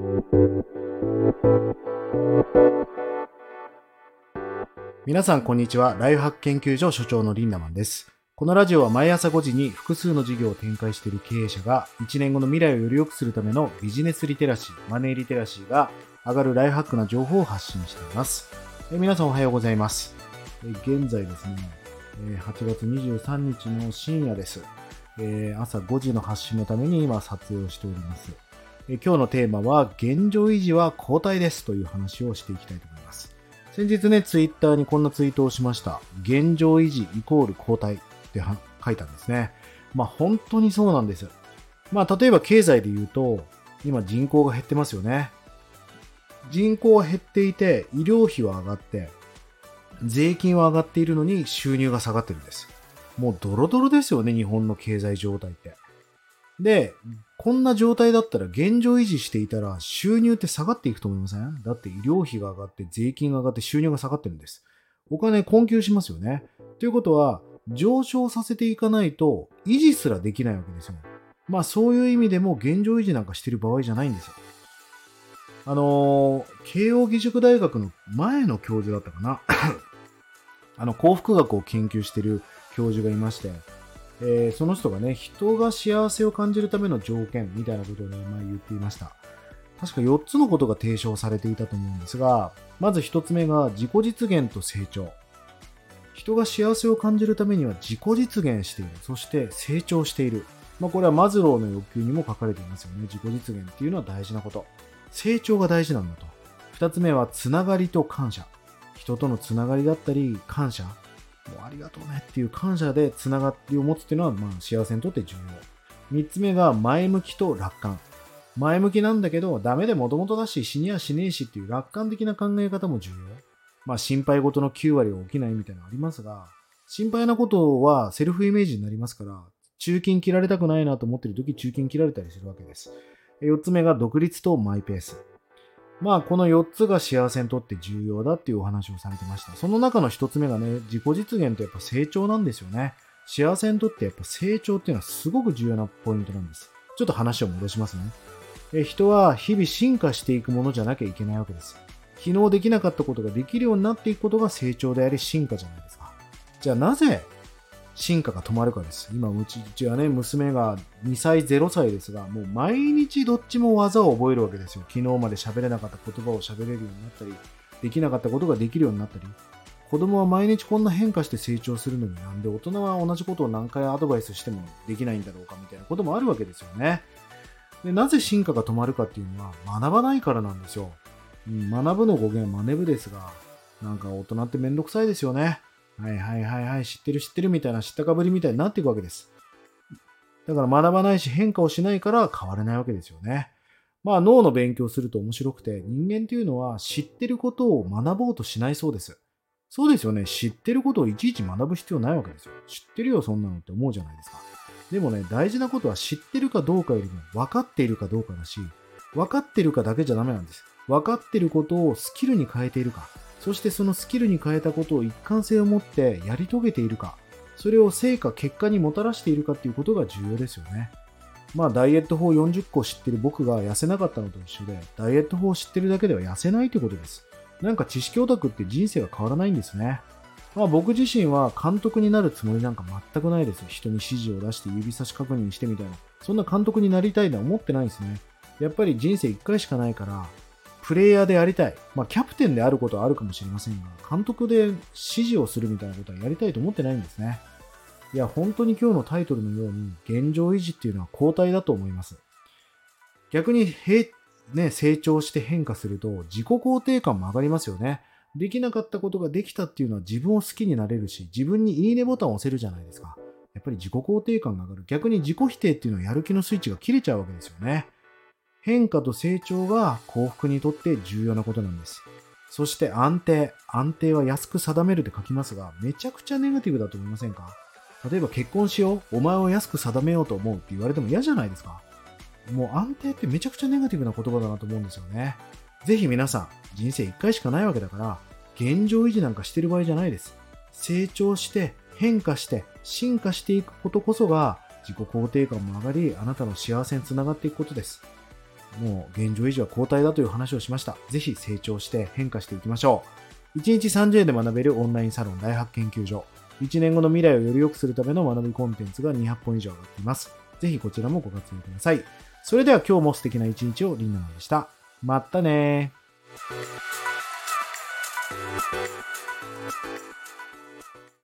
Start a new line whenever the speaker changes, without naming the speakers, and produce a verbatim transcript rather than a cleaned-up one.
皆さんこんにちは。ライフハック研究所所長のリンダマンです。このラジオは毎朝ごじに複数の事業を展開している経営者がいちねんごの未来をより良くするためのビジネスリテラシー、マネーリテラシーが上がるライフハックな情報を発信しています。え皆さんおはようございます。え現在ですね、はちがつにじゅうさんにちの深夜です。え朝ごじの発信のために今撮影をしております。え今日のテーマは現状維持は後退ですという話をしていきたいと思います。先日ね、ツイッターにこんなツイートをしました。現状維持イコール後退って書いたんですね。まあ本当にそうなんです。まあ例えば経済で言うと、今人口が減ってますよね。人口は減っていて、医療費は上がって、税金は上がっているのに収入が下がってるんです。もうドロドロですよね、日本の経済状態って。で、こんな状態だったら現状維持していたら収入って下がっていくと思いません？だって医療費が上がって税金が上がって収入が下がってるんです。お金困窮しますよね。ということは上昇させていかないと維持すらできないわけですよ。まあそういう意味でも現状維持なんかしてる場合じゃないんですよ。あのー、慶應義塾大学の前の教授だったかな。あの幸福学を研究している教授がいまして、えー、その人がね、人が幸せを感じるための条件みたいなことをね、前言っていました。確かよっつのことが提唱されていたと思うんですが、まずひとつめが自己実現と成長。人が幸せを感じるためには自己実現している。そして成長している。まあこれはマズローの欲求にも書かれていますよね。自己実現っていうのは大事なこと。成長が大事なんだと。ふたつめはつながりと感謝。人とのつながりだったり感謝。もうありがとうねっていう感謝でつながりを持つっていうのはまあ幸せにとって重要。みっつめが前向きと楽観。前向きなんだけどダメでもともとだし死にはしねえしっていう楽観的な考え方も重要。まあ心配事のきゅうわりは起きないみたいなのありますが、心配なことはセルフイメージになりますから、中金切られたくないなと思ってる時中金切られたりするわけです。よっつめが独立とマイペース。まあこのよっつが幸せにとって重要だっていうお話をされてました。その中のひとつめがね、自己実現とやっぱ成長なんですよね。幸せにとってやっぱ成長っていうのはすごく重要なポイントなんです。ちょっと話を戻しますね。え人は日々進化していくものじゃなきゃいけないわけです。昨日できなかったことができるようになっていくことが成長であり進化じゃないですか。じゃあなぜ進化が止まるかです。今うちうちはね、娘がにさいぜろさいですが、もう毎日どっちも技を覚えるわけですよ。昨日まで喋れなかった言葉を喋れるようになったり、できなかったことができるようになったり、子供は毎日こんな変化して成長するのになんで大人は同じことを何回アドバイスしてもできないんだろうかみたいなこともあるわけですよね。でなぜ進化が止まるかっていうのは学ばないからなんですよ。うん、学ぶの語源はマネ部ですが、なんか大人ってめんどくさいですよね。はいはいはいはい、知ってる知ってるみたいな知ったかぶりみたいになっていくわけです。だから学ばないし変化をしないから変われないわけですよね。まあ脳の勉強すると面白くて、人間っていうのは知ってることを学ぼうとしないそうです。そうですよね。知ってることをいちいち学ぶ必要ないわけですよ。知ってるよそんなのって思うじゃないですか。でもね、大事なことは知ってるかどうかよりも分かっているかどうかだし、分かってるかだけじゃダメなんです。分かってることをスキルに変えているか、そしてそのスキルに変えたことを一貫性を持ってやり遂げているか、それを成果、結果にもたらしているかっていうことが重要ですよね。まあダイエット法よんじゅっこ知ってる僕が痩せなかったのと一緒で、ダイエット法を知ってるだけでは痩せないということです。なんか知識オタクって人生が変わらないんですね。まあ僕自身は監督になるつもりなんか全くないです。人に指示を出して指差し確認してみたいな。そんな監督になりたいとは思ってないんですね。やっぱり人生いっかいしかないから、プレイヤーでありたい。まあキャプテンであることはあるかもしれませんが、監督で指示をするみたいなことはやりたいと思ってないんですね。いや、本当に今日のタイトルのように、現状維持っていうのは後退だと思います。逆に、ね、成長して変化すると、自己肯定感も上がりますよね。できなかったことができたっていうのは自分を好きになれるし、自分にいいねボタンを押せるじゃないですか。やっぱり自己肯定感が上がる。逆に自己否定っていうのはやる気のスイッチが切れちゃうわけですよね。変化と成長が幸福にとって重要なことなんです。そして安定。安定は安く定めるって書きますが、めちゃくちゃネガティブだと思いませんか？例えば結婚しよう、お前を安く定めようと思うって言われても嫌じゃないですか。もう安定ってめちゃくちゃネガティブな言葉だなと思うんですよね。ぜひ皆さん、人生いっかいしかないわけだから、現状維持なんかしてる場合じゃないです。成長して、変化して、進化していくことこそが、自己肯定感も上がり、あなたの幸せにつながっていくことです。 もう現状維持は後退だという話をしました。ぜひ成長して変化していきましょう。いちにちさんじゅうえんで学べるオンラインサロン大発研究所。いちねんごの未来をより良くするための学びコンテンツがにひゃっぽん以上上がっています。ぜひこちらもご活用ください。それでは今日も素敵な一日を。リンナマンでした。またねー。